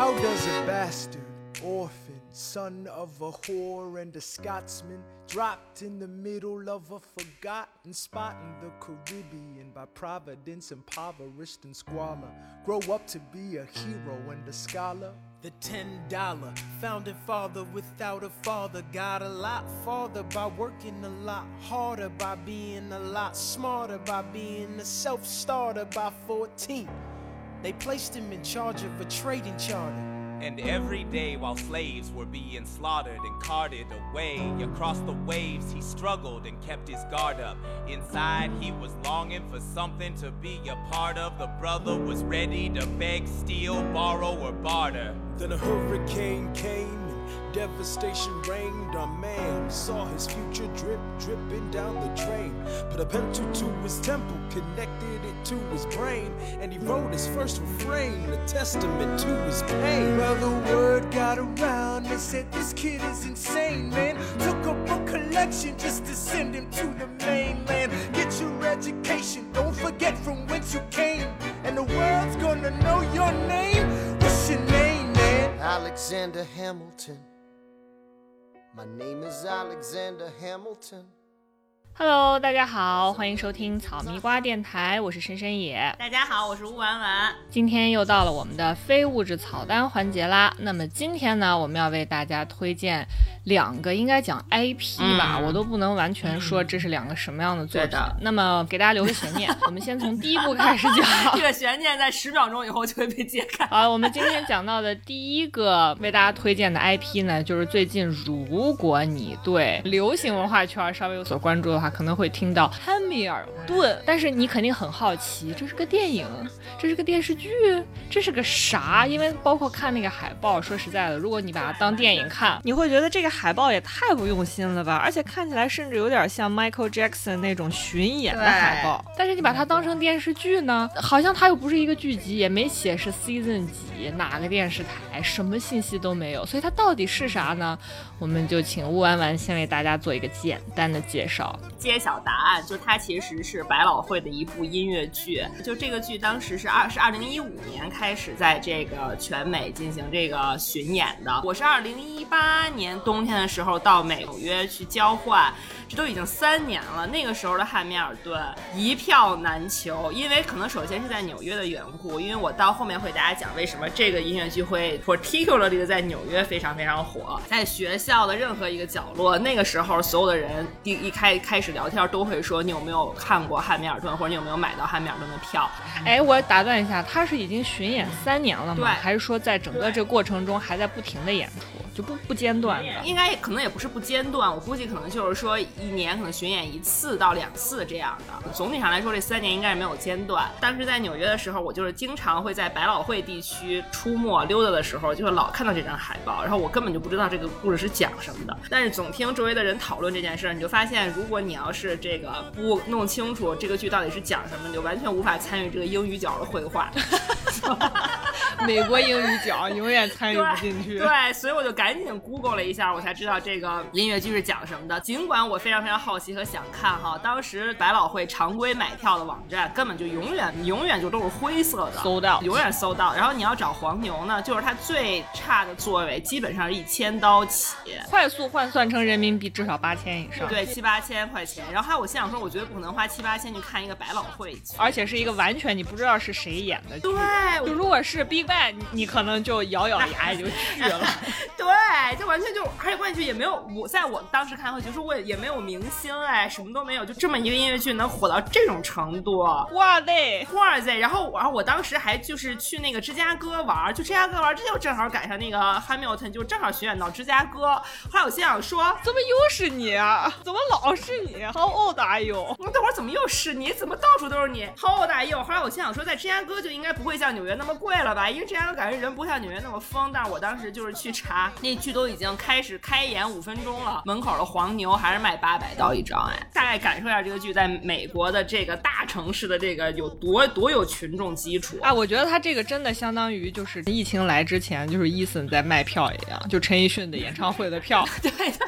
How does a bastard, orphan, son of a whore and a Scotsman, dropped in the middle of a forgotten spot in the Caribbean by providence, impoverished and squalor, grow up to be a hero and a scholar? The $10 founding father without a father got a lot farther by working a lot harder, by being a lot smarter, by being a self-starter. By 14 they placed him in charge of a trading charter. And every day while slaves were being slaughtered and carted away across the waves, he struggled and kept his guard up. Inside he was longing for something to be a part of. The brother was ready to beg, steal, borrow, or barter. Then a hurricane came and devastation reigned. Our man saw his future dripping down the drain. Put a pencil to his temple, connected it to his brain, and he wrote his first refrain, a testament to his pain. Well, the word got around, they said this kid is insane, man. Took up a collection just to send him to the mainland. Get your education, don't forget from whence you came, and the world's gonna know your name. What's your name, man? Alexander Hamilton. My name is Alexander Hamilton. Hello， 大家好，欢迎收听草蜜瓜电台，我是深深野。 大家好，我是乌丸丸。 今天又到了我们的非物质草单环节啦。那么今天呢，我们要为大家推荐两个，应该讲 IP 吧，我都不能完全说这是两个什么样的作品。那么给大家留个悬念，我们先从第一部开始讲。 这个悬念在10秒钟以后就会被揭开。 好，我们今天讲到的第一个为大家推荐的 IP 呢，就是最近如果你对流行文化圈稍微有所关注的话，可能会听到汉密尔顿，但是你肯定很好奇，这是个电影，这是个电视剧，这是个啥？因为包括看那个海报，说实在的，如果你把它当电影看，你会觉得这个海报也太不用心了吧，而且看起来甚至有点像 Michael Jackson 那种巡演的海报。但是你把它当成电视剧呢，好像它又不是一个剧集，也没写是 season 几，哪个电视台，什么信息都没有，所以它到底是啥呢？我们就请乌丸丸先为大家做一个简单的介绍。 揭晓答案，就它其实是百老汇的一部音乐剧。就这个剧当时是2015年开始在这个全美进行这个巡演的。我是2018年冬天的时候到纽约去交换，这都已经3年了。那个时候的汉密尔顿一票难求，因为可能首先是在纽约的缘故，因为我到后面会给大家讲为什么这个音乐剧会 particularly 的在纽约非常非常火。在学校的任何一个角落，那个时候所有的人一开始聊天都会说你有没有看过汉密尔顿，或者你有没有买到汉密尔顿的票。 哎，我打断一下，他是已经巡演3年了吗？ 对， 还是说在整个这个过程中还在不停的演出，就不间断的？ 应该可能也不是不间断，我估计可能就是说一年可能巡演1次到2次这样的。总体上来说这3年应该是没有间断。当时在纽约的时候，我就是经常会在百老汇地区出没溜达的时候，就是老看到这张海报，然后我根本就不知道这个故事是讲什么的，但是总听周围的人讨论这件事，你就发现如果你要是这个不弄清楚这个剧到底是讲什么，你就完全无法参与这个英语角的绘画。 美国英语角永远参与不进去。 对，所以我就赶紧 Google 了一下，我才知道这个音乐剧是讲什么的。尽管我非常非常好奇和想看哈，当时百老汇常规买票的网站根本就永远就都是灰色的， 搜到永远搜到。然后你要找黄牛呢，就是它最差的座位基本上是$1000起， 快速换算成人民币至少8000以上， 对，7-8千块钱。然后还有我心想说，我绝对不可能花7-8千去看一个百老汇剧， 而且是一个完全你不知道是谁演的剧。 对， 就如果是 Big Bang， 你可能就咬咬牙也就去了。 对，就完全就，而且关键剧也没有，在我当时看会觉得我也没有明星，哎，什么都没有，就这么一个音乐剧能火到这种程度， 哇塞！ 然后我当时还就是去那个芝加哥玩，这就正好赶上那个汉密尔顿就正好巡演到芝加哥。后来我心想说， 怎么又是你啊？怎么老是你 ？How old are you？ 等会儿怎么又是你？怎么到处都是你 ？How old are you？ 后来我心想说，在芝加哥就应该不会像纽约那么贵了吧？因为芝加哥感觉人不像纽约那么疯。但是我当时就是去查，那剧都已经开始开演5分钟了，门口的黄牛还是卖$800一张，哎，大概感受一下这个剧在美国的这个大城市的这个有多有群众基础啊！我觉得他这个真的相当于就是疫情来之前，就是伊森在卖票一样，就陈奕迅的演唱会的票， 对，就是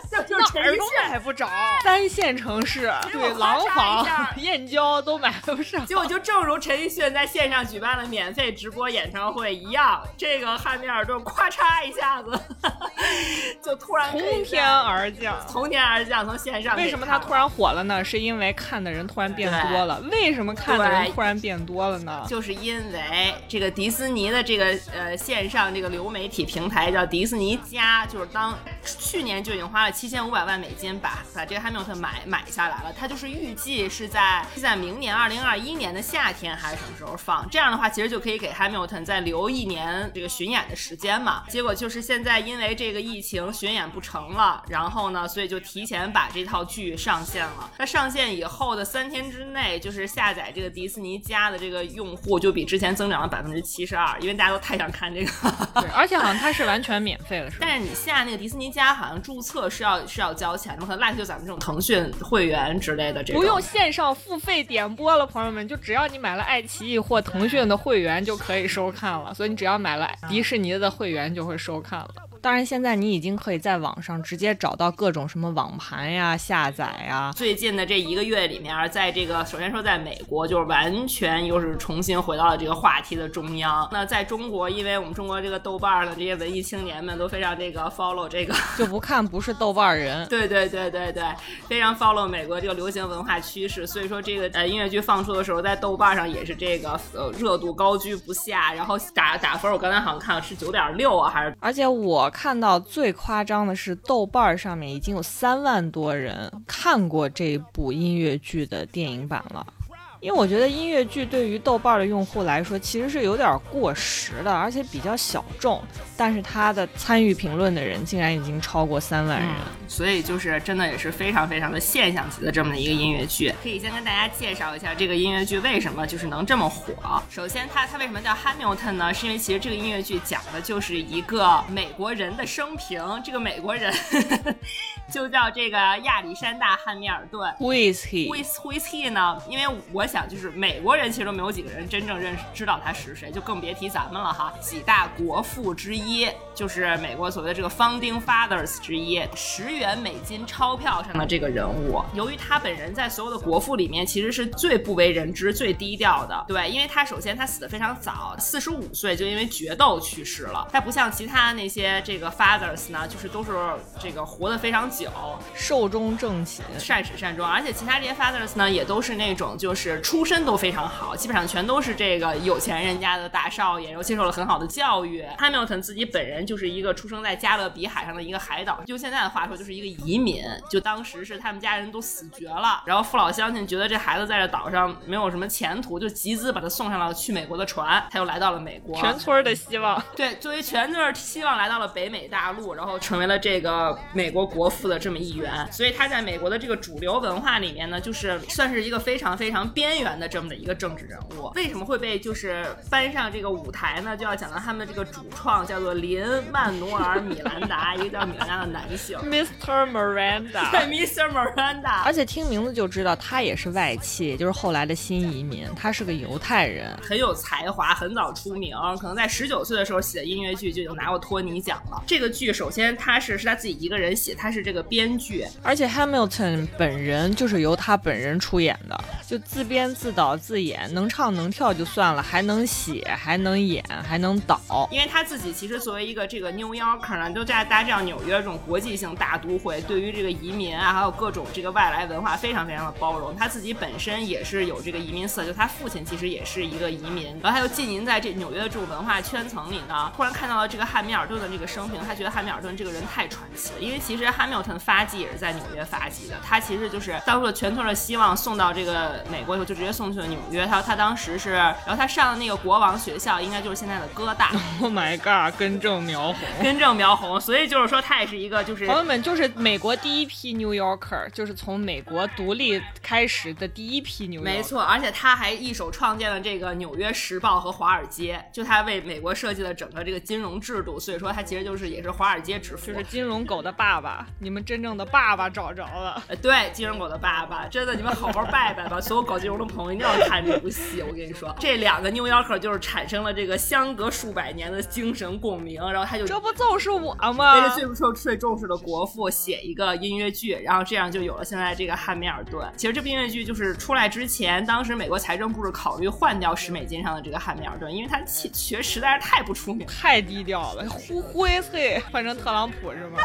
哪儿都买不着，3线城市对廊坊、燕郊都买不上。 结果就正如陈奕迅在线上举办了免费直播演唱会一样，这个汉密尔顿咵嚓一下子就突然从天而降， 从线上。 为什么他突然火了呢？是因为看的人突然变多了。为什么看的人突然变多了呢？ 就是因为这个迪士尼的这个线上这个流媒体平台叫迪士尼+，就是去年就已经花了7500万美金把这个汉密尔顿买下来了。它就是预计是在明年2021年的夏天还是什么时候放，这样的话其实就可以给汉密尔顿再留1年这个巡演的时间嘛。结果就是现在因为这个疫情巡演不成了，然后呢所以就提前把这套剧上线了。它上线以后的3天之内，就是下载这个迪士尼+的这个用户就比之前增长了72%，因为大家都太想看这个对，而且好像它是完全免费的，是吧？ 但是你下那个迪士尼+好像注册是要交钱的，可能赖就咱们这种腾讯会员之类的这种。 不用线上付费点播了，朋友们，就只要你买了爱奇艺或腾讯的会员就可以收看了，所以你只要买了迪士尼的会员就会收看了。当然现在你已经可以在网上直接找到各种什么网盘呀、下载呀。 最近的这1个月里面，在这个首先说在美国就是完全又是重新回到了这个话题的中央。那在中国，因为我们中国这个豆瓣的这些文艺青年们都非常这个 follow 这个就不看不是豆瓣人对，非常 follow 美国这个流行文化趋势，所以说这个音乐剧放出的时候在豆瓣上也是这个热度高居不下，然后打分我刚才好像看是9.6啊还是。 而且我看到最夸张的是豆瓣上面已经有3万多人看过这部音乐剧的电影版了。因为我觉得音乐剧对于豆瓣的用户来说其实是有点过时的，而且比较小众，但是它的参与评论的人竟然已经超过3万人， 所以就是真的也是非常非常的现象级的这么的一个音乐剧。可以先跟大家介绍一下这个音乐剧为什么就是能这么火。首先它为什么叫 Hamilton 呢？是因为其实这个音乐剧讲的就是一个美国人的生平，这个美国人就叫这个亚历山大·汉密尔顿。 Who is he? Who is he 呢？因为我想就是美国人其实都没有几个人真正知道他是谁，就更别提咱们了哈。几大国父之一，就是美国所谓的这个 Founding Fathers 之一，10元美金钞票上的这个人物。由于他本人在所有的国父里面其实是最不为人知、最低调的，对，因为他首先他死得非常早，45岁就因为决斗去世了。他不像其他那些这个 Fathers 呢，就是都是这个活得非常久， 寿终正寝， 善始善终。而且其他这些 Fathers 呢，也都是那种就是出身都非常好，基本上全都是这个有钱人家的大少爷，然后接受了很好的教育。Hamilton 自己本人就是一个出生在加勒比海上的一个海岛，就现在的话说就是一个移民，就当时是他们家人都死绝了，然后父老乡亲觉得这孩子在这岛上没有什么前途，就集资把他送上了去美国的船，他又来到了美国， 全村的希望。 对，作为全村希望来到了北美大陆，然后成为了这个美国国父的这么一员。所以他在美国的这个主流文化里面呢，就是算是一个非常非常边缘的这么的一个政治人物。为什么会被就是搬上这个舞台呢？就要讲到他们的这个主创叫做林曼努尔米兰达，一个叫米兰达的男性 Mr. Miranda。 对， Mr. Miranda。 而且听名字就知道他也是外戚，也就是后来的新移民，他是个犹太人， 很有才华，很早出名，可能在19岁的时候写的音乐剧就已经拿过托尼奖了。这个剧首先他是他自己一个人写，他是这个编剧， 而且 Hamilton 本人就是由他本人出演的，就自编自导自演，能唱能跳就算了，还能写还能演还能导。 因为他自己其实作为一个这个 New Yorker 呢，就大家知道纽约这种国际性大都会，对于这个移民啊还有各种这个外来文化非常非常的包容。他自己本身也是有这个移民色，就他父亲其实也是一个移民，然后他又浸淫在这纽约的这种文化圈层里呢，突然看到了这个汉密尔顿的这个生平，他觉得汉密尔顿这个人太传奇了。因为其实汉密尔顿发迹也是在纽约发迹的，他其实就是当初的全村的希望送到这个美国以后就直接送去了纽约。他当时是，然后他上的那个国王学校应该就是现在的哥大。 Oh my god， 根正苗红， 根正苗红。所以就是说他也是一个就是朋友们，就是美国第一批 New Yorker， 就是从美国独立开始的第一批 New Yorker。 没错，而且他还一手创建了这个纽约时报和华尔街，就他为美国设计了整个这个金融制度，所以说他其实就是也是华尔街之父， 就是金融狗的爸爸。你们真正的爸爸找着了。 对，金融狗的爸爸，真的你们好好拜拜吧。 所有搞金融的朋友一定要看这部戏。我跟你说，这2个 New Yorker 就是产生了这个相隔数百年的精神共鸣，然后他就这不就是我吗？ 为了最重视的国父写一个音乐剧，然后这样就有了现在这个汉密尔顿。其实这部音乐剧就是出来之前，当时美国财政部是考虑换掉10美金上的这个汉密尔顿，因为他学实在是太不出名， 太低调了，灰脆换成特朗普是吗？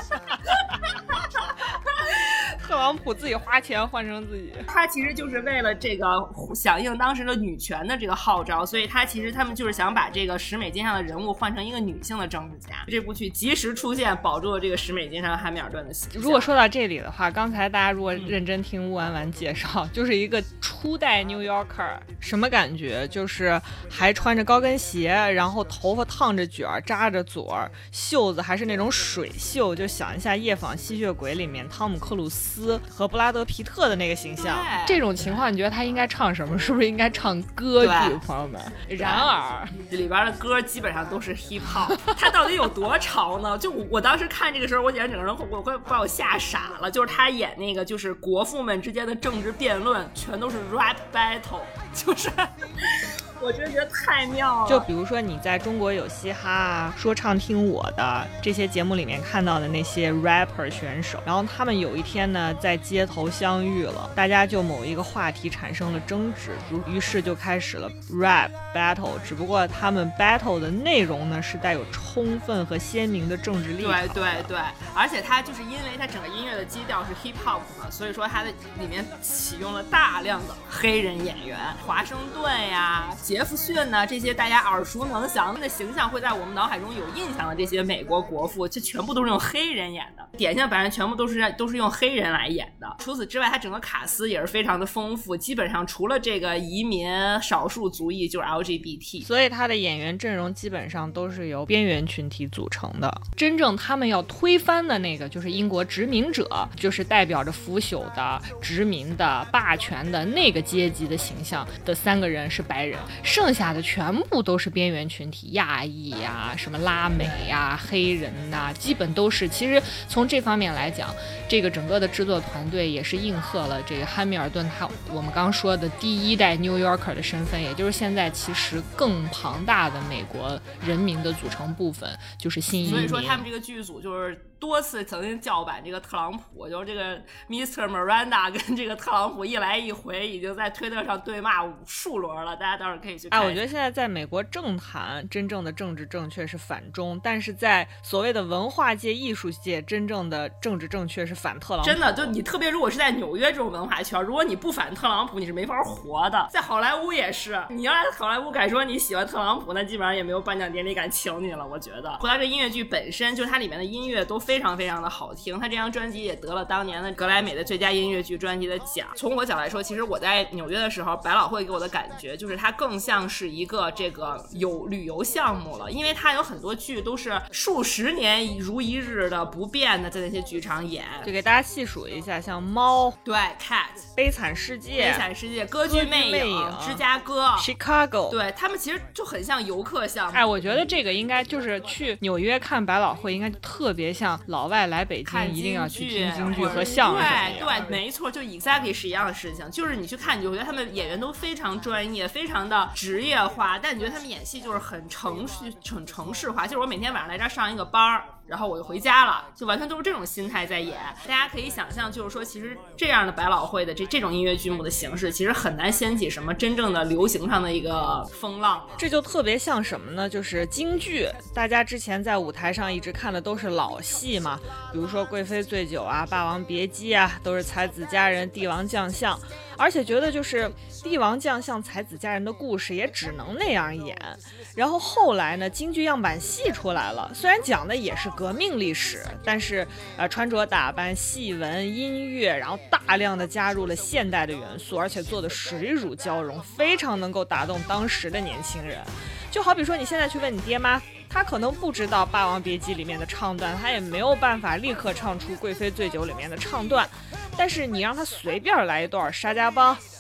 特朗普自己花钱换成自己， 他其实就是为了这个响应当时的女权的这个号召，所以他们就是想把这个10美金上的人物换成一个女性的政治家。这部剧及时出现，保住了这个10美金上汉密尔顿的形象。 如果说到这里的话，刚才大家如果认真听乌丸丸介绍，就是一个初代 New Yorker， 什么感觉？就是还穿着高跟鞋，然后头发烫着卷，扎着嘴儿，袖子还是那种水袖，就想一下《夜访吸血鬼》里面汤姆克鲁斯和布拉德皮特的那个形象。这种情况你觉得他应该唱什么？是不是应该唱歌剧？朋友们，然而里边的歌基本上都是 hip hop， 他到底有多潮呢？就我当时看这个时候，我简直整个人我快把我吓傻了。就是他演那个就是国父们之间的政治辩论，全都是 rap battle， 就是我真的觉得太妙了。 就比如说你在中国有嘻哈啊、说唱听我的这些节目里面看到的那些 rapper 选手，然后他们有一天呢在街头相遇了，大家就某一个话题产生了争执，于是就开始了 rap battle， 只不过他们 battle 的内容呢是带有充分和鲜明的政治立场。 对，而且他就是因为他整个音乐的基调是 hip hop 嘛，所以说他的里面启用了大量的黑人演员，华盛顿呀、杰弗逊呢，这些大家耳熟能详的形象会在我们脑海中有印象的这些美国国父，这全部都是用黑人演的，典型版人全部都是用黑人来演的。除此之外，他整个卡司也是非常的丰富，基本上除了这个移民少数族裔就是 LGBT， 所以他的演员阵容基本上都是由边缘群体组成的。真正他们要推翻的那个就是英国殖民者，就是代表着腐朽的殖民的霸权的那个阶级的形象的3个人是白人，剩下的全部都是边缘群体，亚裔呀、什么拉美呀、黑人呐、基本都是。其实从这方面来讲，这个整个的制作团队也是应和了这个汉密尔顿他我们刚说的第1代 New Yorker 的身份，也就是现在其实更庞大的美国人民的组成部分，就是新移民。 所以说他们这个剧组就是多次曾经叫板这个特朗普，就是这个 Mr. Miranda 跟这个特朗普一来一回，已经在推特上对骂数轮了，大家到时候可以去看。 我觉得现在在美国政坛真正的政治正确是反中，但是在所谓的文化界、艺术界，真正的政治正确是反特朗普。 真的，就你特别如果是在纽约这种文化圈，如果你不反特朗普，你是没法活的。在好莱坞也是，你要来好莱坞敢说你喜欢特朗普，那基本上也没有颁奖典礼敢请你了。我觉得回到这音乐剧本身，就是它里面的音乐都非常非常的好听，它这张专辑也得了当年的格莱美的最佳音乐剧专辑的奖。从我角度来说，其实我在纽约的时候，百老汇给我的感觉就是它更像是一个这个有旅游项目了，因为它有很多剧都是数十年如一日的不变的在那些剧场演。 就给大家细数一下，像猫， 对 Cat， 悲惨世界， 歌剧魅影，芝加哥 Chicago， 对，他们其实就很像游客项目。 我觉得这个应该就是去纽约看百老汇，应该特别像老外来北京一定要去听京剧和相声。 对，没错，就 exactly 是一样的事情。就是你去看，你就觉得他们演员都非常专业，非常的职业化，但你觉得他们演戏就是很程式化。就是我每天晚上来这儿上一个班，然后我就回家了，就完全都是这种心态在演。大家可以想象，就是说其实这样的百老汇的这种音乐剧目的形式，其实很难掀起什么真正的流行上的一个风浪。 这就特别像什么呢？就是京剧，大家之前在舞台上一直看的都是老戏嘛，比如说《贵妃醉酒》啊，《霸王别姬》啊，都是才子佳人、帝王将相，而且觉得就是帝王将相、才子佳人的故事也只能那样演。然后后来呢，京剧样板戏出来了，虽然讲的也是革命历史，但是穿着打扮、戏文、音乐，然后大量的加入了现代的元素，而且做的水乳交融，非常能够打动当时的年轻人。就好比说你现在去问你爹妈，他可能不知道《霸王别姬》里面的唱段，他也没有办法立刻唱出《贵妃醉酒》里面的唱段，但是你让他随便来一段沙家浜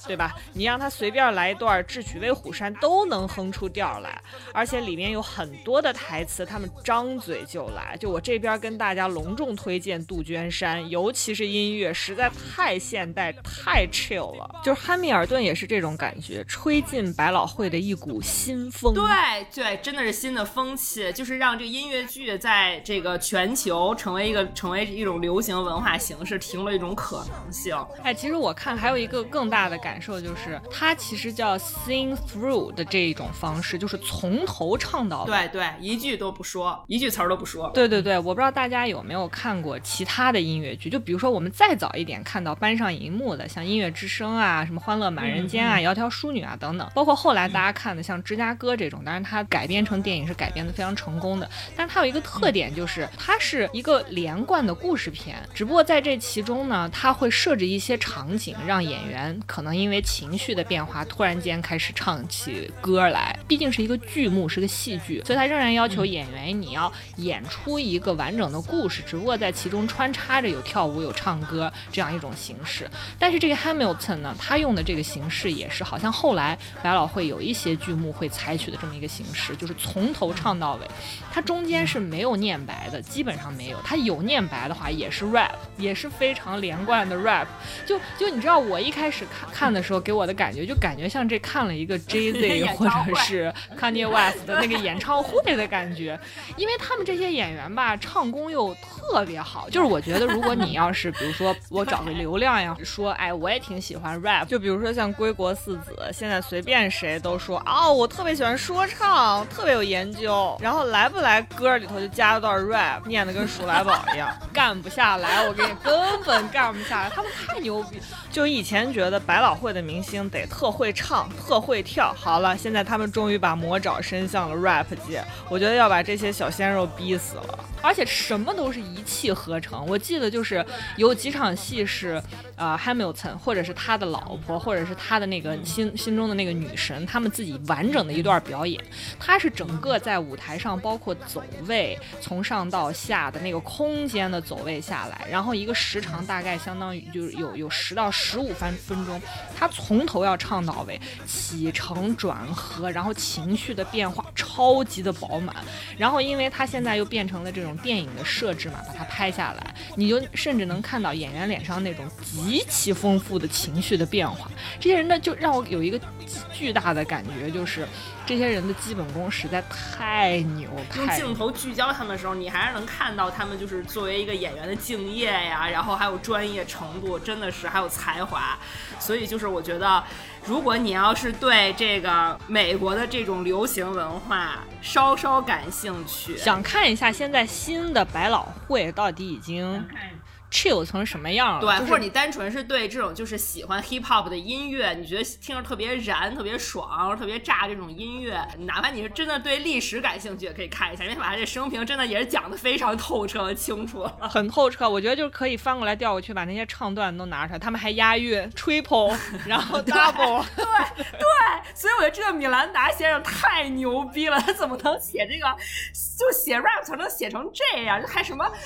对吧？你让他随便来一段《智取威虎山》都能哼出调来，而且里面有很多的台词，他们张嘴就来。就我这边跟大家隆重推荐杜鹃山，尤其是音乐实在太现代太 chill 了，就是汉密尔顿也是这种感觉，吹进百老汇的一股新风。 对，真的是新的风气，就是让这个音乐剧在这个全球成为一种流行文化形式，提供了一种可能性。 其实我看还有一个更大的感受，就是它其实叫 sing through 的这一种方式，就是从头唱到尾。 对，一句都不说，一句词儿都不说。 对，我不知道大家有没有看过其他的音乐剧，就比如说我们再早一点看到搬上荧幕的，像音乐之声啊，什么欢乐满人间啊，窈窕淑女啊等等，包括后来大家看的像芝加哥这种，当然它改编成电影是改编的非常成功的，但它有一个特点，就是它是一个连贯的故事片，只不过在这其中呢，它会设置一些场景，让演员可能因为情绪的变化突然间开始唱起歌来，毕竟是一个剧目，是个戏剧，所以它仍然要求演员你要演出一个完整的故事，只不过在其中穿插着有跳舞有唱歌这样一种形式。但是这个 Hamilton 呢，他用的这个形式也是好像后来百老汇有一些剧目会采取的这么一个形式，就是从头唱到尾，它中间是没有念白的，基本上没有，它有念白的话也是 rap， 也是非常连贯的 rap。 就你知道我一开始看的时候给我的感觉，就感觉像这看了一个 Jay-Z 或者是 Kanye West 的那个演唱会的感觉，因为他们这些演员吧唱功又特别好，就是我觉得如果你要是比如说我找个流量呀，说我也挺喜欢 rap， 就比如说像归国四子，现在随便谁都说我特别喜欢说唱，特别有研究，然后来不来歌里头就加一段 rap， 念得跟数来宝一样，干不下来，我跟你根本干不下来，他们太牛逼。就以前觉得百老汇的明星得特会唱特会跳，好了，现在他们终于把魔爪伸向了 rap 界，我觉得要把这些小鲜肉逼死了，而且什么都是一气呵成。我记得就是有几场戏是Hamilton 或者是他的老婆或者是他的那个心中的那个女神，他们自己完整的一段表演，他是整个在舞台上包括走位从上到下的那个空间的走位下来，然后一个时长大概相当于就是有10到15分钟，他从头要唱到尾，起承转合，然后情绪的变化超级的饱满，然后因为他现在又变成了这种电影的设置嘛，把它拍下来，你就甚至能看到演员脸上那种极其丰富的情绪的变化。这些人呢，就让我有一个巨大的感觉，就是这些人的基本功实在太牛， 用镜头聚焦他们的时候，你还是能看到他们就是作为一个演员的敬业呀，然后还有专业程度，真的是还有才华。所以就是我觉得，如果你要是对这个美国的这种流行文化稍稍感兴趣， 想看一下现在新的百老汇到底已经chill 成什么样了， 对、 就是、 或者你单纯是对这种就是喜欢 hip hop 的音乐，你觉得听着特别燃特别爽特别炸这种音乐，哪怕你是真的对历史感兴趣也可以看一下，因为把这生平真的也是讲得非常透彻清楚， 很透彻。我觉得就是可以翻过来调过去把那些唱段都拿出来，他们还押韵 triple 然后 double 对，所以我觉得这个米兰达先生太牛逼了，他怎么能写这个就写 rap 才能写成这样，还什么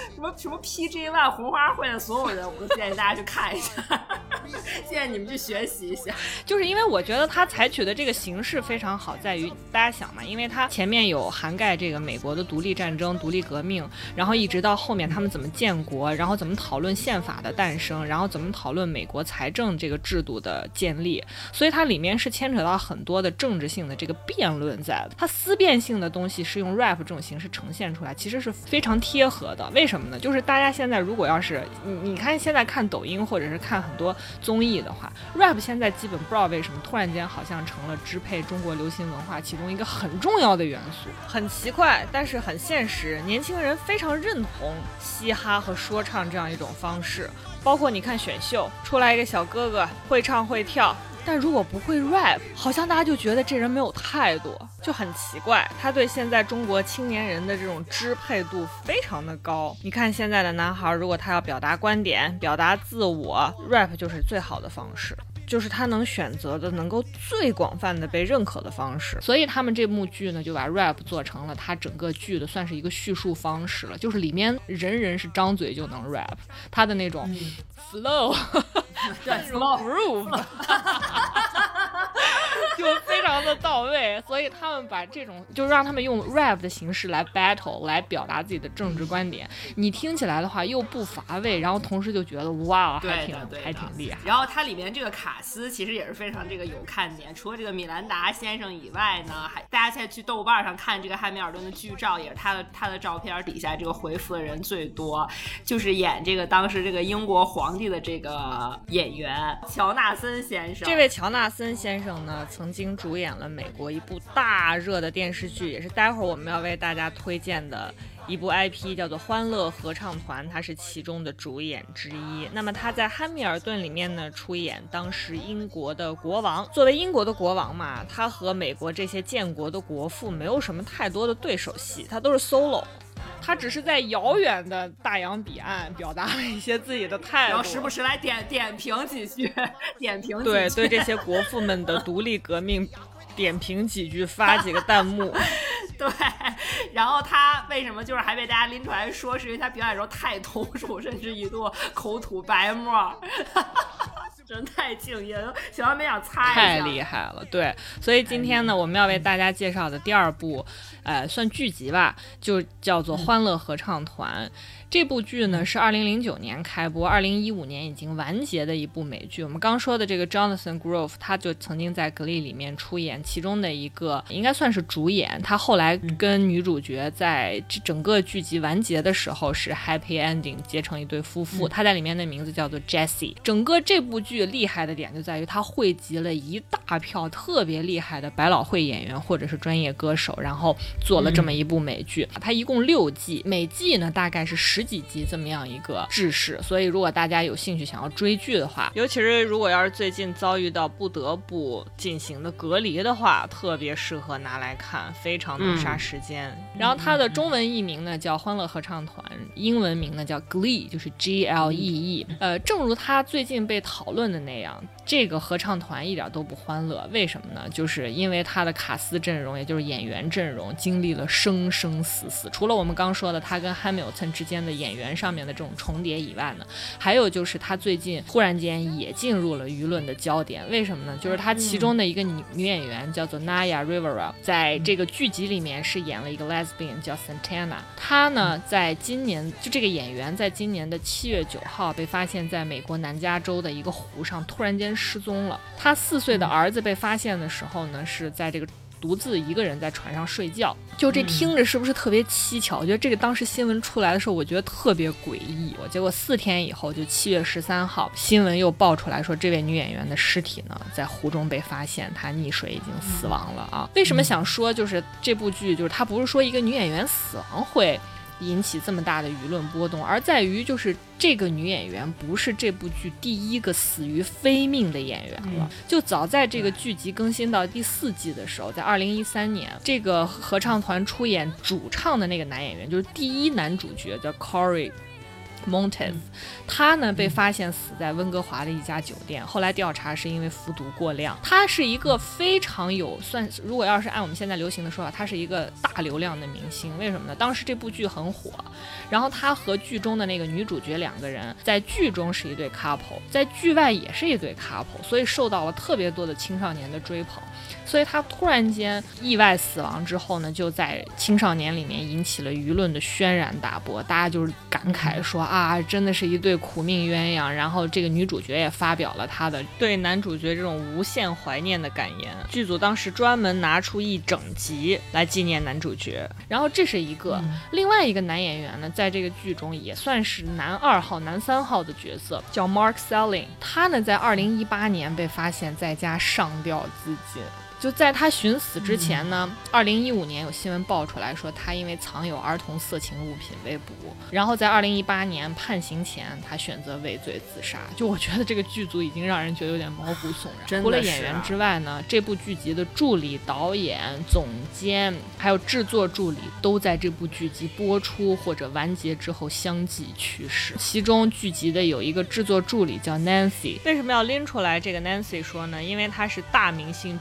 PG1 红花会的所有人，我都建议大家去看一下建议你们去学习一下。 就是因为我觉得他采取的这个形式非常好，在于大家想嘛，因为他前面有涵盖这个美国的独立战争独立革命，然后一直到后面他们怎么建国，然后怎么讨论宪法的诞生，然后怎么讨论美国财政这个制度的建立，所以它里面是牵扯到很多的政治性的这个辩论在的，它思辨性的东西是用 rap 这种形式呈现出来，其实是非常贴合的。为什么呢？就是大家现在如果要是你看现在看抖音或者是看很多综艺的话， rap 现在基本不知道为什么突然间好像成了支配中国流行文化其中一个很重要的元素，很奇怪但是很现实，年轻人非常认同嘻哈和说唱这样一种方式。包括你看选秀出来一个小哥哥会唱会跳，但如果不会 rap 好像大家就觉得这人没有态度，就很奇怪，他对现在中国青年人的这种支配度非常的高。你看现在的男孩如果他要表达观点表达自我， rap 就是最好的方式，就是他能选择的能够最广泛的被认可的方式。所以他们这部剧呢就把 rap 做成了他整个剧的算是一个叙述方式了，就是里面人是张嘴就能 rap， 他的那种flow 对那种 groove 常的到位，所以他们把这种就是让他们用 rap 的形式来 battle 来表达自己的政治观点，你听起来的话又不乏味，然后同时就觉得哇还挺厉害。 然后它里面这个卡斯其实也是非常这个有看点，除了这个米兰达先生以外呢，还大家现在去豆瓣上看这个汉密尔顿的剧照，也是他的照片底下这个回复的人最多，就是演这个当时这个英国皇帝的这个演员乔纳森先生。 这位乔纳森先生呢，曾经主演了美国一部大热的电视剧，也是待会儿我们要为大家推荐的一部 IP， 叫做《欢乐合唱团》，他是其中的主演之一。那么他在《汉密尔顿》里面呢，出演当时英国的国王。作为英国的国王嘛，他和美国这些建国的国父没有什么太多的对手戏，他都是 solo。他只是在遥远的大洋彼岸表达了一些自己的态度， 然后时不时来点评几句， 对这些国父们的独立革命点评几句，发几个弹幕。 对，然后他为什么就是还被大家拎出来说，是因为他表演的时候太投入，甚至一度口吐白沫。真太敬业了，小王没想擦一下， 太厉害了。对，所以今天呢，我们要为大家介绍的第二部，算剧集吧，就叫做《欢乐合唱团》。这部剧呢是2009年开播，2015年已经完结的一部美剧。我们刚说的这个 Jonathan Groff， 他就曾经在《格力》里面出演其中的一个，应该算是主演。他后来跟女主角在整个剧集完结的时候是 happy ending， 结成一对夫妇。他在里面的名字叫做 Jessie。整个这部剧厉害的点就在于它汇集了一大票特别厉害的百老汇演员或者是专业歌手，然后做了这么一部美剧。它一共6季，每季呢大概是10几集这么样一个制式，所以如果大家有兴趣想要追剧的话，尤其是如果要是最近遭遇到不得不进行的隔离的话，特别适合拿来看，非常能杀时间。然后它的中文译名呢叫欢乐合唱团，英文名呢叫 Glee， 就是 GLEE。正如它最近被讨论的那样，这个合唱团一点都不欢乐。为什么呢？就是因为它的卡斯阵容，也就是演员阵容经历了生生死死。除了我们刚说的他跟汉密尔顿之间的演员上面的这种重叠以外呢，还有就是他最近忽然间也进入了舆论的焦点。为什么呢？就是他其中的一个女演员叫做 Naya Rivera， 在这个剧集里面是演了一个 lesbian 叫 Santana。她呢在今年，就这个演员在今年的7月9号被发现在美国南加州的一个湖上突然间失踪了。他4岁的儿子被发现的时候呢，是在这个独自一个人在船上睡觉。就这听着是不是特别蹊跷？我觉得这个当时新闻出来的时候，我觉得特别诡异。结果4天以后，就7月13号，新闻又爆出来说，这位女演员的尸体呢在湖中被发现，她溺水已经死亡了啊。为什么想说就是这部剧，就是它不是说一个女演员死亡会引起这么大的舆论波动，而在于就是这个女演员不是这部剧第一个死于非命的演员了。就早在这个剧集更新到第4季的时候，在2013年，这个合唱团出演主唱的那个男演员，就是第一男主角叫 Corey Montez， 他呢被发现死在温哥华的一家酒店，后来调查是因为服毒过量。他是一个非常有如果要是按我们现在流行的说法，他是一个大流量的明星。为什么呢？当时这部剧很火，然后他和剧中的那个女主角2个人在剧中是一对 couple， 在剧外也是一对 couple， 所以受到了特别多的青少年的追捧。所以他突然间意外死亡之后呢，就在青少年里面引起了舆论的轩然大波，大家就是感慨说啊，真的是一对苦命鸳鸯。然后这个女主角也发表了她的对男主角这种无限怀念的感言，剧组当时专门拿出一整集来纪念男主角。然后这是一个，另外一个男演员呢，在这个剧中也算是男2号男3号的角色，叫 Mark Selling。 他呢在2018年被发现在家上吊自尽。就在他寻死之前呢，2015年有新闻爆出来说他因为藏有儿童色情物品被捕，然后在2018年判刑前他选择畏罪自杀。就我觉得这个剧组已经让人觉得有点毛骨悚然。除了演员之外呢，这部剧集的助理导演、总监还有制作助理都在这部剧集播出或者完结之后相继去世。其中剧集的有一个制作助理叫 Nancy。为什么要拎出来这个 Nancy 说呢？因为她是大明星 Julia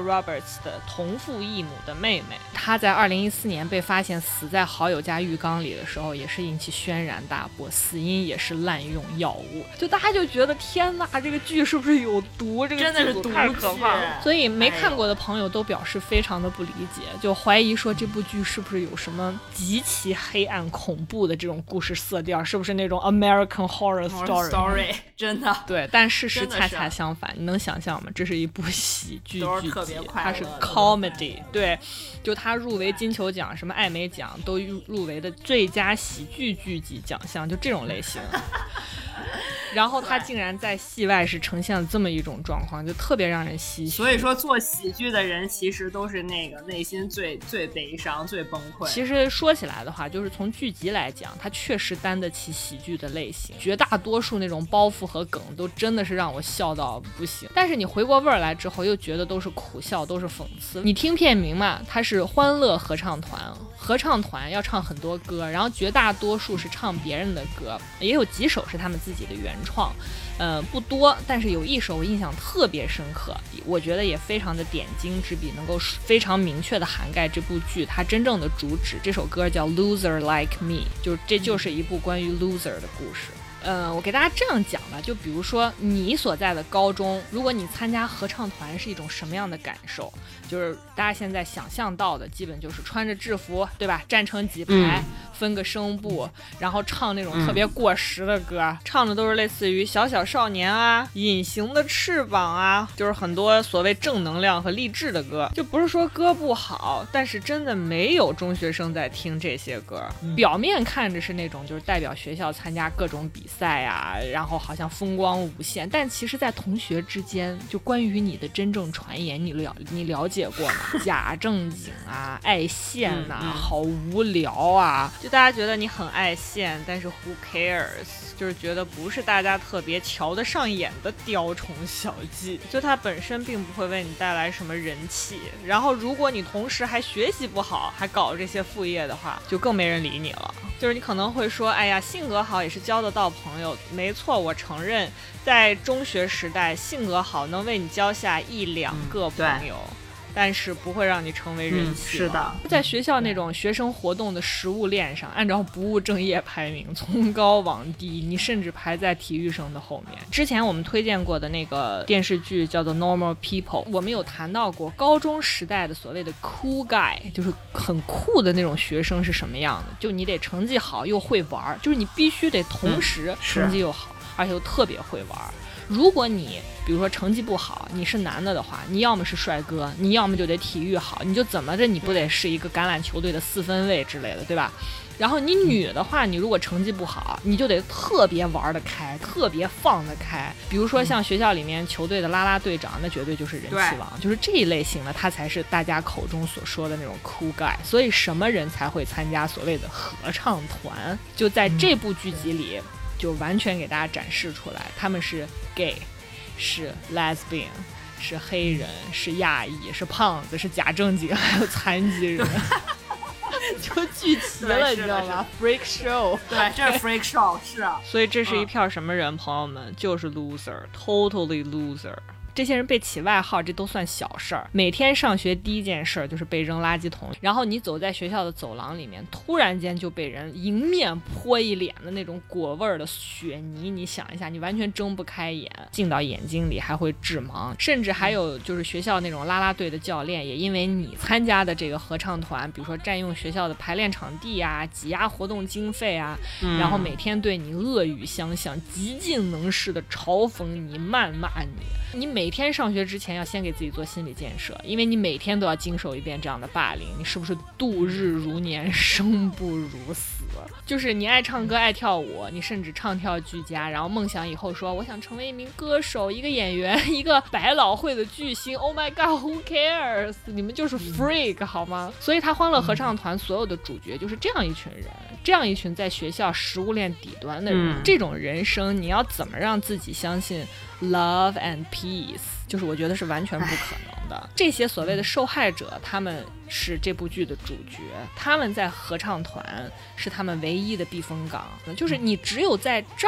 Roberts 的同父异母的妹妹。她在2014年被发现死在好友家浴缸里的时候，也是引起轩然大波，死因也是滥用药物。就大家就觉得天哪，这个剧是不是有毒？这个真的是毒， 太可怕了。所以没看过的朋友都表示非常的不理解，就怀疑说这部剧是不是有什么极其黑暗恐怖的这种故事色调，是不是那种 American Horror Story？ 真的对，但事实恰恰相反。你能想象吗？这是一部喜剧剧集，它是 comedy。对，就它入围金球奖、什么艾美奖都入围的最佳喜剧剧集奖项，就这种类型。然后他竟然在戏外是呈现了这么一种状况，就特别让人唏嘘。 所以说做喜剧的人其实都是那个内心最悲伤最崩溃。 其实说起来的话，就是从剧集来讲，它确实担得起喜剧的类型，绝大多数那种包袱和梗都真的是让我笑到不行。但是你回过味儿来之后，又觉得都是苦笑，都是讽刺。你听片名嘛，它是欢乐合唱团，合唱团要唱很多歌，然后绝大多数是唱别人的歌，也有几首是他们自己的原创，不多，但是有一首我印象特别深刻，我觉得也非常的点睛之笔，能够非常明确的涵盖这部剧它真正的主旨。这首歌叫 Loser Like Me， 这就是一部关于 loser 的故事。我给大家这样讲吧，就比如说你所在的高中，如果你参加合唱团是一种什么样的感受？就是大家现在想象到的基本就是穿着制服，对吧？站成几排，分个声部，然后唱那种特别过时的歌，唱的都是类似于小小少年啊、隐形的翅膀啊，就是很多所谓正能量和励志的歌。就不是说歌不好，但是真的没有中学生在听这些歌。表面看着是那种就是代表学校参加各种比赛啊，然后好像风光无限，但其实在同学之间，就关于你的真正传言，你了解过吗？假正经啊，爱现呐，好无聊啊！就大家觉得你很爱现，但是 who cares？ 就是觉得不是大家特别瞧得上眼的雕虫小技，就它本身并不会为你带来什么人气。然后如果你同时还学习不好，还搞这些副业的话，就更没人理你了。就是你可能会说，哎呀，性格好也是交得到朋友。没错，我承认，在中学时代，性格好能为你交下1-2个朋友。但是不会让你成为人气。 是的， 在学校那种学生活动的食物链上，按照不务正业排名，从高往低，你甚至排在体育生的后面。之前我们推荐过的那个电视剧叫做 Normal People， 我们有谈到过高中时代的所谓的 cool guy， 就是很酷的那种学生是什么样的，就你得成绩好又会玩，就是你必须得同时成绩又好，而且又特别会玩。如果你比如说成绩不好，你是男的话，你要么是帅哥，你要么就得体育好，你就怎么着你不得是一个橄榄球队的4分卫之类的，对吧？然后你女的话，你如果成绩不好，你就得特别玩得开，特别放得开。比如说像学校里面球队的啦啦队长，那绝对就是人气王，就是这一类型的，他才是大家口中所说的那种 cool guy。所以什么人才会参加所谓的合唱团？就在这部剧集里，就完全给大家展示出来，他们是 gay， 是 lesbian， 是黑人，是亚裔，是胖子，是假正经，还有残疾人。就聚齐了，你知道吗 ？Freak show， 对，这是 freak show， 是啊。 所以这是一票什么人，朋友们？就是 loser，totally loser。这些人被起外号，这都算小事儿。每天上学第一件事就是被扔垃圾桶，然后你走在学校的走廊里面，突然间就被人迎面泼一脸的那种果味的雪泥，你想一下，你完全睁不开眼，进到眼睛里还会致盲。甚至还有就是学校那种啦啦队的教练，也因为你参加的这个合唱团，比如说占用学校的排练场地啊，挤压活动经费啊，然后每天对你恶语相向，极尽能事的嘲讽你、谩骂你。你每天上学之前要先给自己做心理建设，因为你每天都要经受一遍这样的霸凌，你是不是度日如年，生不如死？就是你爱唱歌爱跳舞，你甚至唱跳俱佳，然后梦想以后说我想成为一名歌手，一个演员，一个百老汇的巨星。 Oh my god, who cares？ 你们就是 freak 好吗？所以他欢乐合唱团所有的主角就是这样一群人，这样一群在学校食物链底端的人，这种人生你要怎么让自己相信 love and peace， 就是我觉得是完全不可能的。这些所谓的受害者，他们是这部剧的主角，他们在合唱团是他们唯一的避风港，就是你只有在这儿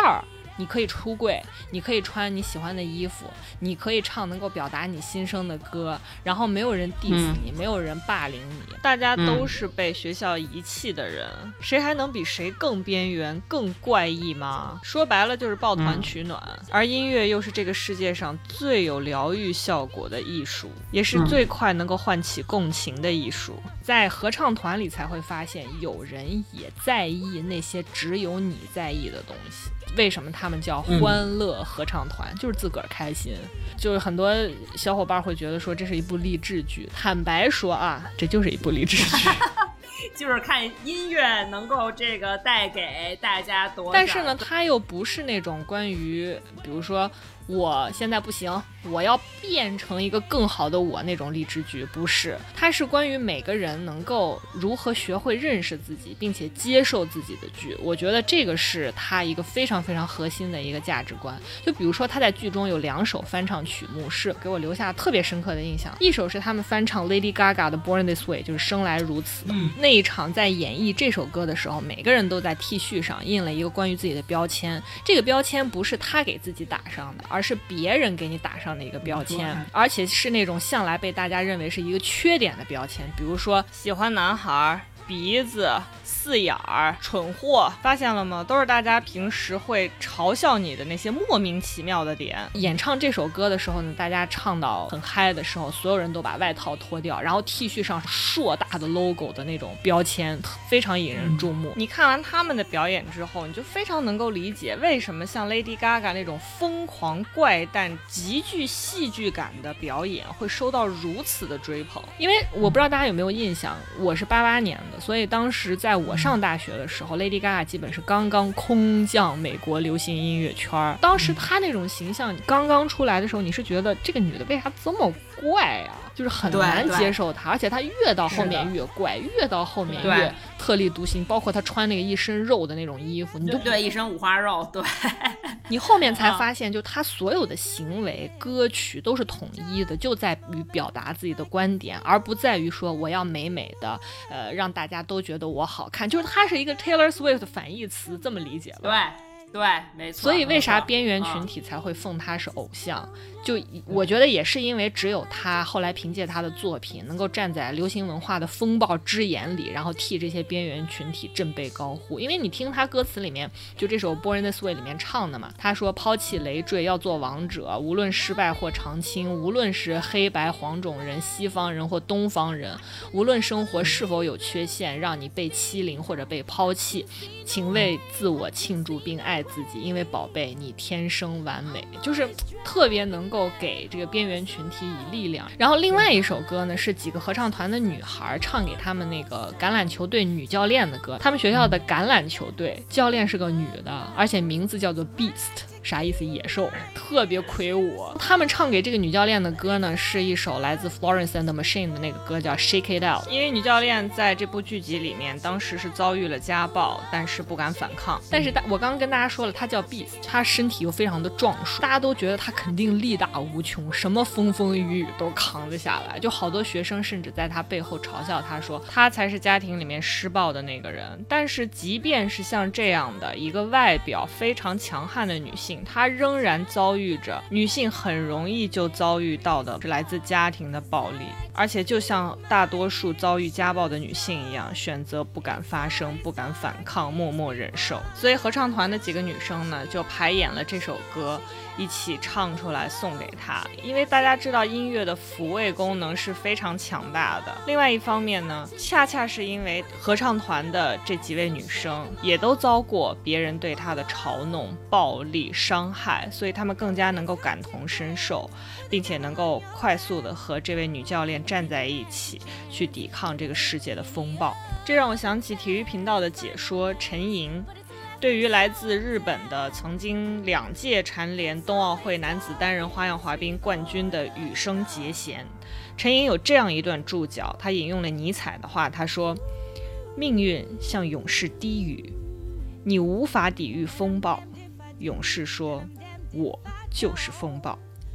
你可以出柜，你可以穿你喜欢的衣服，你可以唱能够表达你心声的歌，然后没有人 diss 你，没有人霸凌你，大家都是被学校遗弃的人，谁还能比谁更边缘更怪异吗？说白了就是抱团取暖，而音乐又是这个世界上最有疗愈效果的艺术，也是最快能够唤起共情的艺术。在合唱团里才会发现有人也在意那些只有你在意的东西。为什么他们叫欢乐合唱团？就是自个儿开心。就是很多小伙伴会觉得说这是一部励志剧，坦白说啊，这就是一部励志剧。 就是看音乐能够这个带给大家多少， 但是呢，它又不是那种关于，比如说我现在不行，我要变成一个更好的我那种励志剧，不是，它是关于每个人能够如何学会认识自己，并且接受自己的剧。我觉得这个是它一个非常非常核心的一个价值观。就比如说他在剧中有2首翻唱曲目是给我留下特别深刻的印象，一首是他们翻唱 Lady Gaga 的 Born This Way， 就是生来如此。那一场在演绎这首歌的时候，每个人都在 T 恤上印了一个关于自己的标签，这个标签不是他给自己打上的，而是别人给你打上的一个标签，而且是那种向来被大家认为是一个缺点的标签，比如说喜欢男孩、鼻子、四眼儿、蠢货，发现了吗？都是大家平时会嘲笑你的那些莫名其妙的点。演唱这首歌的时候呢，大家唱到很嗨的时候，所有人都把外套脱掉，然后 T 恤上是硕大的 logo 的那种标签，非常引人注目。你看完他们的表演之后，你就非常能够理解为什么像 Lady Gaga 那种疯狂怪诞极具戏剧感的表演会受到如此的追捧。因为我不知道大家有没有印象，我是88年的，所以当时在我上大学的时候， Lady Gaga 基本是刚刚空降美国流行音乐圈。当时她那种形象刚刚出来的时候，你是觉得这个女的为啥这么怪啊，就是很难接受她，而且她越到后面越怪，越到后面越特立独行，包括她穿那个一身肉的那种衣服，你都对一身五花肉，对， 你后面才发现，就她所有的行为、歌曲都是统一的，就在于表达自己的观点，而不在于说我要美美的，让大家都觉得我好看，就是她是一个 Taylor Swift 的反义词，这么理解吧？ 对，没错。 所以为啥边缘群体才会奉他是偶像？就我觉得也是因为只有他后来凭借他的作品能够站在流行文化的风暴之眼里，然后替这些边缘群体振臂高呼。因为你听他歌词里面，就这首 Born This Way 里面唱的嘛，他说抛弃累赘要做王者，无论失败或长青，无论是黑白黄种人、西方人或东方人，无论生活是否有缺陷，让你被欺凌或者被抛弃，请为自我庆祝并爱自己，因为宝贝你天生完美，就是特别能够给这个边缘群体以力量。然后另外一首歌呢，是几个合唱团的女孩唱给他们那个橄榄球队女教练的歌。他们学校的橄榄球队教练是个女的，而且名字叫做 Beast， 啥意思？野兽，特别魁梧。他们唱给这个女教练的歌呢，是一首来自 Florence and the Machine 的那个歌，叫 Shake It Out。因为女教练在这部剧集里面当时是遭遇了家暴，但是不敢反抗。但是我刚刚跟大家说了，她叫 Beast， 她身体又非常的壮硕，大家都觉得她肯定力大无穷，什么风风雨雨都扛得下来。就好多学生甚至在她背后嘲笑她，说她才是家庭里面施暴的那个人。但是即便是像这样的一个外表非常强悍的女性，她仍然遭遇着女性很容易就遭遇到的是来自家庭的暴力，而且就像大多数遭遇家暴的女性一样，选择不敢发声，不敢反抗，默默忍受。所以合唱团的几个女生呢，就排演了这首歌，一起唱出来送给她。因为大家知道音乐的抚慰功能是非常强大的，另外一方面呢，恰恰是因为合唱团的这几位女生也都遭过别人对她的嘲弄、暴力、伤害，所以她们更加能够感同身受，并且能够快速的和这位女教练站在一起，去抵抗这个世界的风暴。这让我想起体育频道的解说陈莹，对于来自日本的曾经2届蝉联冬奥会男子单人花样滑冰冠军的羽生结弦，陈莹有这样一段注脚，他引用了尼采的话，他说：命运向勇士低语，你无法抵御风暴，勇士说我就是风暴。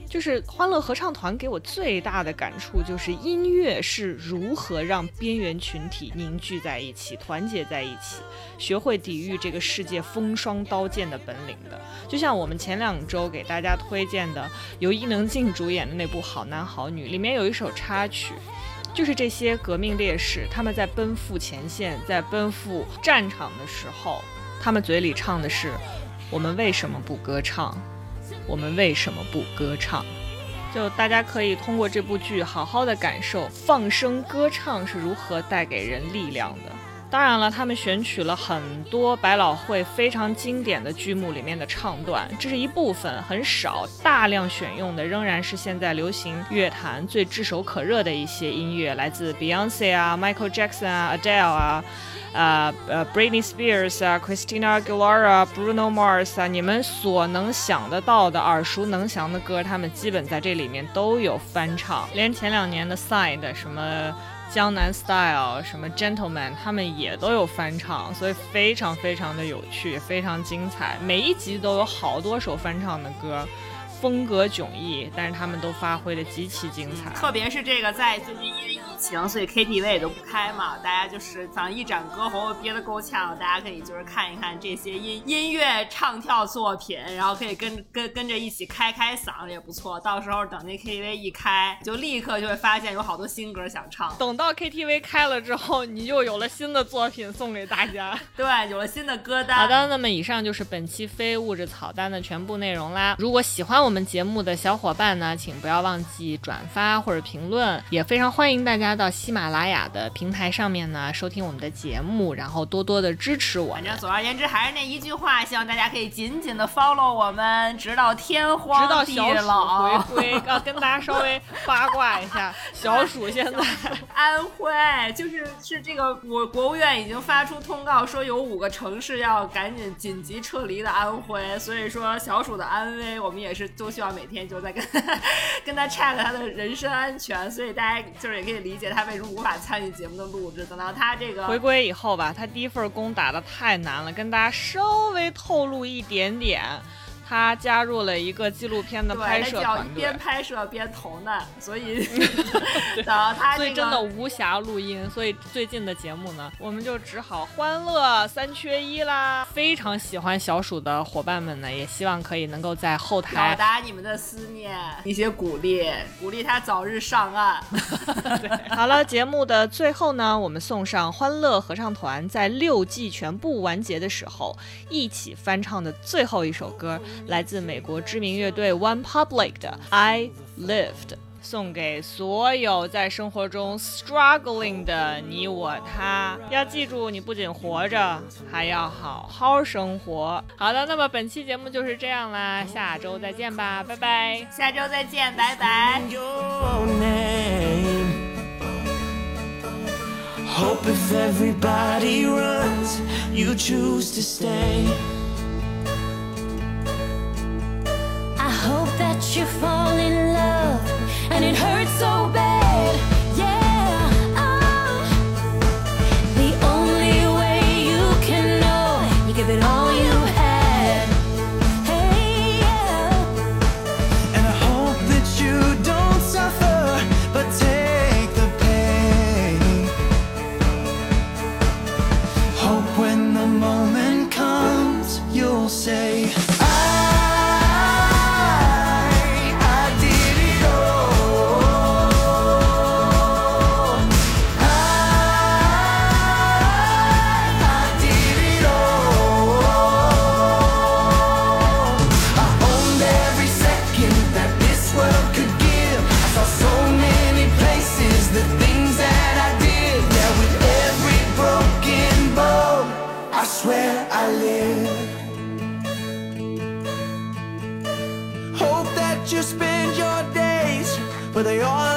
就是欢乐合唱团给我最大的感触就是音乐是如何让边缘群体凝聚在一起，团结在一起，学会抵御这个世界风霜刀剑的本领的。就像我们前2周给大家推荐的由伊能静主演的那部《好男好女》，里面有一首插曲，就是这些革命烈士他们在奔赴前线，在奔赴战场的时候，他们嘴里唱的是我们为什么不歌唱，我们为什么不歌唱。就大家可以通过这部剧好好的感受放声歌唱是如何带给人力量的。当然了，他们选取了很多百老汇非常经典的剧目里面的唱段，这是一部分，很少，大量选用的仍然是现在流行乐坛最炙手可热的一些音乐，来自 Beyonce 啊、Michael Jackson 啊、Adele 啊、Britney Spears 啊、Christina Aguilera、Bruno Mars 啊，你们所能想得到的耳熟能详的歌，他们基本在这里面都有翻唱，连前2年的 Side 什么江南 Style 什么 Gentleman 他们也都有翻唱，所以非常非常的有趣，非常精彩，每一集都有好多首翻唱的歌，风格迥异，但是他们都发挥的极其精彩。 特别是这个在最近因为疫情，所以 KTV 也都不开嘛，大家就是反正一展歌喉憋得够呛，大家可以就是看一看这些音乐唱跳作品，然后可以跟着一起开嗓也不错。到时候等那 KTV 一开，就立刻就会发现有好多新歌想唱。 等到 KTV 开了之后，你就有了新的作品送给大家。 对，有了新的歌单。 好的，那么以上就是本期非物质草单的全部内容啦。如果喜欢我们节目的小伙伴呢，请不要忘记转发或者评论，也非常欢迎大家到喜马拉雅的平台上面呢收听我们的节目，然后多多的支持我们。 反正总而言之还是那一句话，希望大家可以紧紧的 follow 我们，直到天荒地老， 直到小鼠回归。跟大家稍微八卦一下，小鼠现在安徽是这个国务院已经发出通告说有5个城市要赶紧紧急撤离的安徽，所以说小鼠的安危我们也是都希望每天就在跟他 check 他的人身安全，所以大家就是也可以理解他为什么无法参与节目的录制。等到他这个回归以后吧，他第一份工打得太难了，跟大家稍微透露一点点，他加入了一个纪录片的拍摄团队， 边拍摄边投难，所以等到他所以真的无暇录音，所以最近的节目呢，我们就只好欢乐3缺1啦。非常喜欢小鼠的伙伴们呢，也希望可以能够在后台表达你们的思念，一些鼓励他早日上岸。 好了，节目的最后呢，我们送上欢乐合唱团在6季全部完结的时候一起翻唱的最后一首歌，来自美国知名乐队 One Public 的 I Lived， 送给所有在生活中 struggling 的你我他。要记住，你不仅活着，还要好好生活。好的，那么本期节目就是这样啦，下周再见吧，拜拜。 下周再见，拜拜。 Hope if everybody runs, you choose to stay. I hope that you fall in love and it hurts so bad. Yeah, oh. The only way you can know, you give it all you had. Hey, yeah. And I hope that you don't suffer, but take the pain. Hope when the moment comes, you'll say, but they all